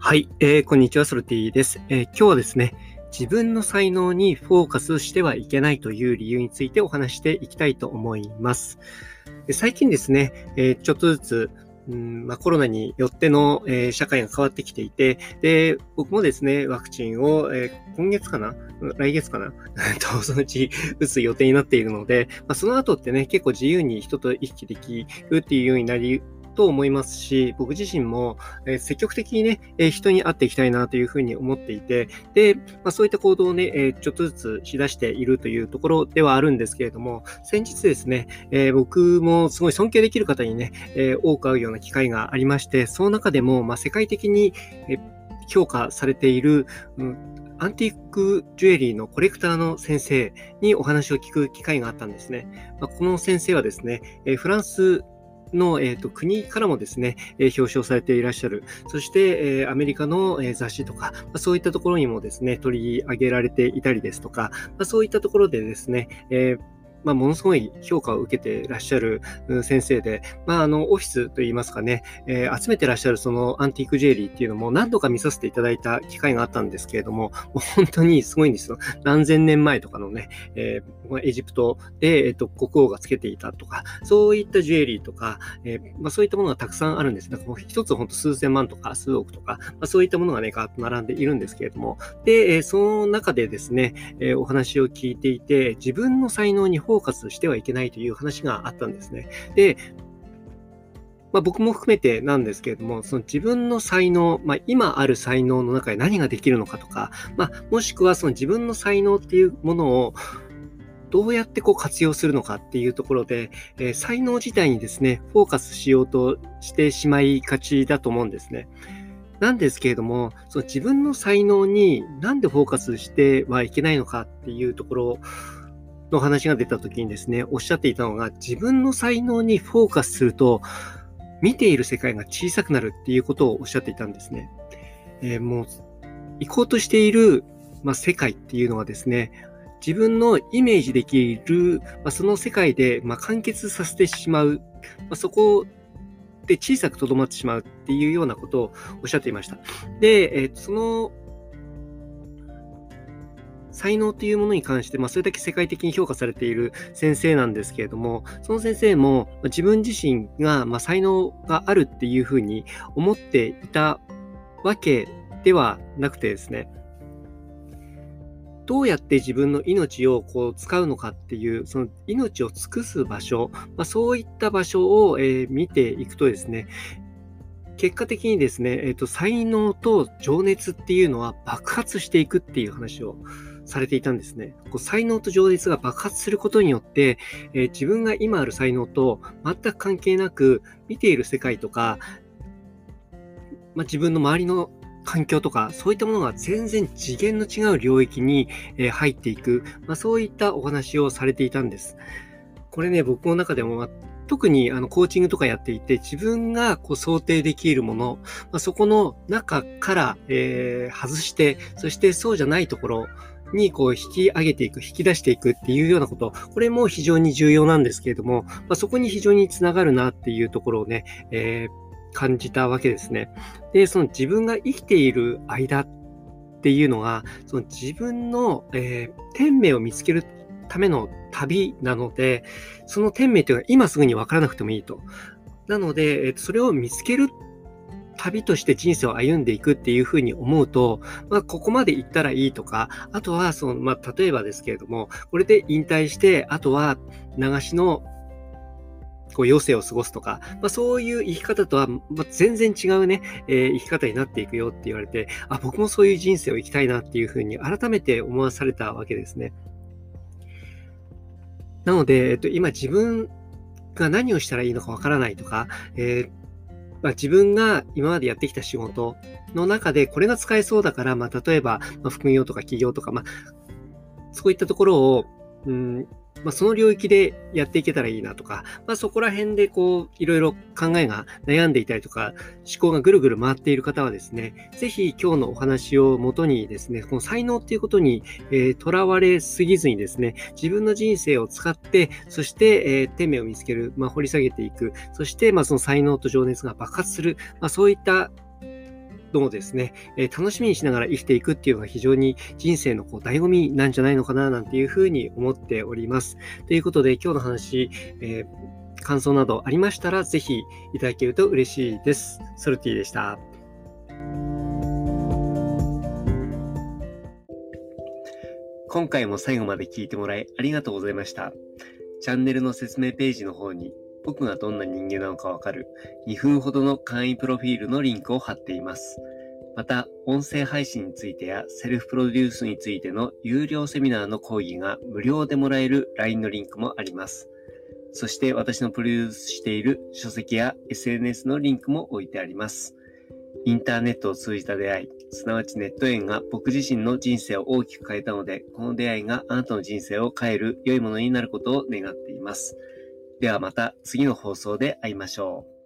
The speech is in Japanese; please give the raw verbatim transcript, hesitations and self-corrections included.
はい、えーこんにちは、ソルティです、えー今日はですね、自分の才能にフォーカスしてはいけないという理由についてお話していきたいと思います。で最近ですね、えーちょっとずつ、うんまあ、コロナによっての、えー社会が変わってきていて、で、僕もですね、ワクチンを、えー今月かな来月かなとそのうち打つ予定になっているので、まあ、その後ってね、結構自由に人と行き来できるっていうようになりと思いますし、僕自身も、えー積極的にね、えー人に会っていきたいなというふうに思っていて、で、まあ、そういった行動をね、えーちょっとずつしだしているというところではあるんですけれども、先日ですね、えー僕もすごい尊敬できる方にね、えー多く会うような機会がありまして、その中でも、まあ、世界的に、えー評価されている、うんアンティークジュエリーのコレクターの先生にお話を聞く機会があったんですね。まあ、この先生はですね、えーフランスの、えーと、国からもですね、えー表彰されていらっしゃる。そして、えーアメリカの、えー雑誌とか、まあ、そういったところにもですね、取り上げられていたりですとか、まあ、そういったところでですね、えーまあ、ものすごい評価を受けていらっしゃるうん先生で、まあ、あの、オフィスといいますかね、えー集めてらっしゃるそのアンティークジュエリーっていうのも何度か見させていただいた機会があったんですけれども、もう本当にすごいんですよ。何千年前とかのね、えーエジプトで、えっと、国王がつけていたとか、そういったジュエリーとか、えーまあ、そういったものがたくさんあるんです。だからもう一つ本当数千万とか数億とか、まあ、そういったものがね、ガーッと並んでいるんですけれども、で、えーその中でですね、えーお話を聞いていて、自分の才能にフォーカスしてはいけないという話があったんですね。で、まあ、僕も含めてなんですけれども、その自分の才能、まあ、今ある才能の中で何ができるのかとか、まあ、もしくはその自分の才能っていうものをどうやってこう活用するのかっていうところで、えー才能自体にですね、フォーカスしようとしてしまいがちだと思うんですね。なんですけれども、その自分の才能になんでフォーカスしてはいけないのかっていうところの話が出た時にですね、おっしゃっていたのが、自分の才能にフォーカスすると、見ている世界が小さくなるっていうことをおっしゃっていたんですね。えーもう、行こうとしている、まあ、世界っていうのはですね、自分のイメージできる、まあ、その世界で、まあ、完結させてしまう、まあ、そこで小さくとどまってしまうっていうようなことをおっしゃっていました。で、えーその才能というものに関して、まあ、それだけ世界的に評価されている先生なんですけれども、その先生もまあ自分自身がまあ才能があるっていうふうに思っていたわけではなくてですね、どうやって自分の命をこう使うのかっていう、その命を尽くす場所、まあ、そういった場所を、えー見ていくとですね、結果的にですね、えっと、才能と情熱っていうのは爆発していくっていう話をされていたんですね。こう才能と情熱が爆発することによって、えー自分が今ある才能と全く関係なく見ている世界とか、まあ、自分の周りの環境とか、そういったものが全然次元の違う領域にえー入っていく、まあ、そういったお話をされていたんです。これね、僕の中でも、まあ特にあのコーチングとかやっていて、自分がこう想定できるもの、まあ、そこの中から、えー外して、そしてそうじゃないところにこう引き上げていく、引き出していくっていうようなこと、これも非常に重要なんですけれども、まあ、そこに非常につながるなっていうところをね、えー感じたわけですね。で、その自分が生きている間っていうのが、その自分の、えー天命を見つけるための旅なので、その天命というのは今すぐに分からなくてもいいと。なので、えーとそれを見つける旅として人生を歩んでいくっていうふうに思うと、まあ、ここまで行ったらいいとか、あとは、その、まあ、例えばですけれども、これで引退して、あとは流しのこう余生を過ごすとか、まあ、そういう生き方とは、まあ、全然違うね、えー生き方になっていくよって言われて、あ、僕もそういう人生を生きたいなっていうふうに改めて思わされたわけですね。なので、えっと、今自分が何をしたらいいのかわからないとか、えーまあ、自分が今までやってきた仕事の中でこれが使えそうだから、まあ、例えば、まあ、副業とか起業とか、まあ、そういったところを、うんまあ、その領域でやっていけたらいいなとか、まあ、そこら辺でこういろいろ考えが悩んでいたりとか、思考がぐるぐる回っている方はですね、ぜひ今日のお話をもとにですね、この才能っていうことにとら、えー、われすぎずにですね、自分の人生を使って、そして、えー、天命を見つける、まあ、掘り下げていく、そして、まあ、その才能と情熱が爆発する、まあ、そういったのをですね、えー楽しみにしながら生きていくっていうのが非常に人生のこう醍醐味なんじゃないのかななんていうふうに思っております。ということで今日の話、えー感想などありましたらぜひいただけると嬉しいです。ソルティでした。今回も最後まで聞いてもらいありがとうございました。チャンネルの説明ページの方に僕がどんな人間なのかわかるにふんほどの簡易プロフィールのリンクを貼っています。また、音声配信についてやセルフプロデュースについての有料セミナーの講義が無料でもらえる ライン のリンクもあります。そして私のプロデュースしている書籍や エスエヌエス のリンクも置いてあります。インターネットを通じた出会い、すなわちネット縁が僕自身の人生を大きく変えたので、この出会いがあなたの人生を変える良いものになることを願っています。ではまた次の放送で会いましょう。